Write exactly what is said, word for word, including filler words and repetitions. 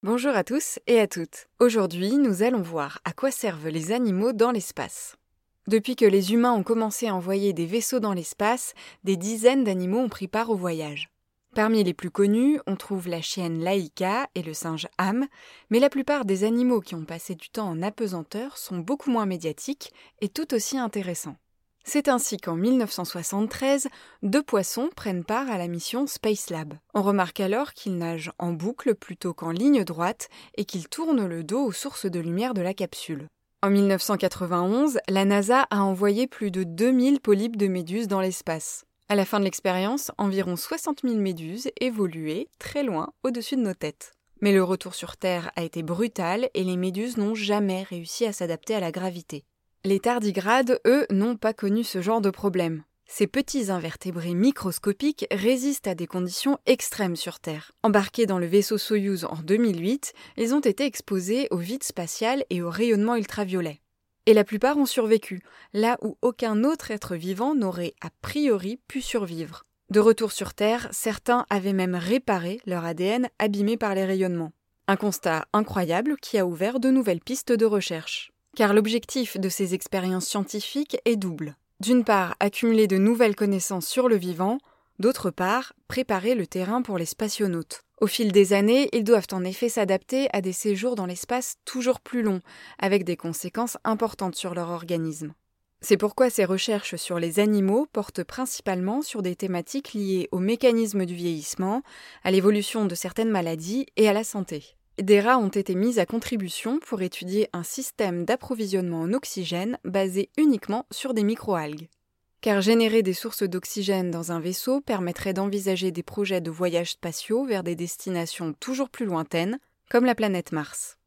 Bonjour à tous et à toutes. Aujourd'hui, nous allons voir à quoi servent les animaux dans l'espace. Depuis que les humains ont commencé à envoyer des vaisseaux dans l'espace, des dizaines d'animaux ont pris part au voyage. Parmi les plus connus, on trouve la chienne Laïka et le singe Ham, mais la plupart des animaux qui ont passé du temps en apesanteur sont beaucoup moins médiatiques et tout aussi intéressants. C'est ainsi qu'en mille neuf cent soixante-treize, deux poissons prennent part à la mission Spacelab. On remarque alors qu'ils nagent en boucle plutôt qu'en ligne droite et qu'ils tournent le dos aux sources de lumière de la capsule. En mille neuf cent quatre-vingt-onze, la NASA a envoyé plus de deux mille polypes de méduses dans l'espace. À la fin de l'expérience, environ soixante mille méduses évoluaient très loin au-dessus de nos têtes. Mais le retour sur Terre a été brutal et les méduses n'ont jamais réussi à s'adapter à la gravité. Les tardigrades, eux, n'ont pas connu ce genre de problème. Ces petits invertébrés microscopiques résistent à des conditions extrêmes sur Terre. Embarqués dans le vaisseau Soyouz en deux mille huit, ils ont été exposés au vide spatial et au rayonnement ultraviolet. Et la plupart ont survécu, là où aucun autre être vivant n'aurait a priori pu survivre. De retour sur Terre, certains avaient même réparé leur A D N abîmé par les rayonnements. Un constat incroyable qui a ouvert de nouvelles pistes de recherche. Car l'objectif de ces expériences scientifiques est double. D'une part, accumuler de nouvelles connaissances sur le vivant, d'autre part, préparer le terrain pour les spationautes. Au fil des années, ils doivent en effet s'adapter à des séjours dans l'espace toujours plus longs, avec des conséquences importantes sur leur organisme. C'est pourquoi ces recherches sur les animaux portent principalement sur des thématiques liées au mécanisme du vieillissement, à l'évolution de certaines maladies et à la santé. Des rats ont été mis à contribution pour étudier un système d'approvisionnement en oxygène basé uniquement sur des microalgues. Car générer des sources d'oxygène dans un vaisseau permettrait d'envisager des projets de voyages spatiaux vers des destinations toujours plus lointaines, comme la planète Mars.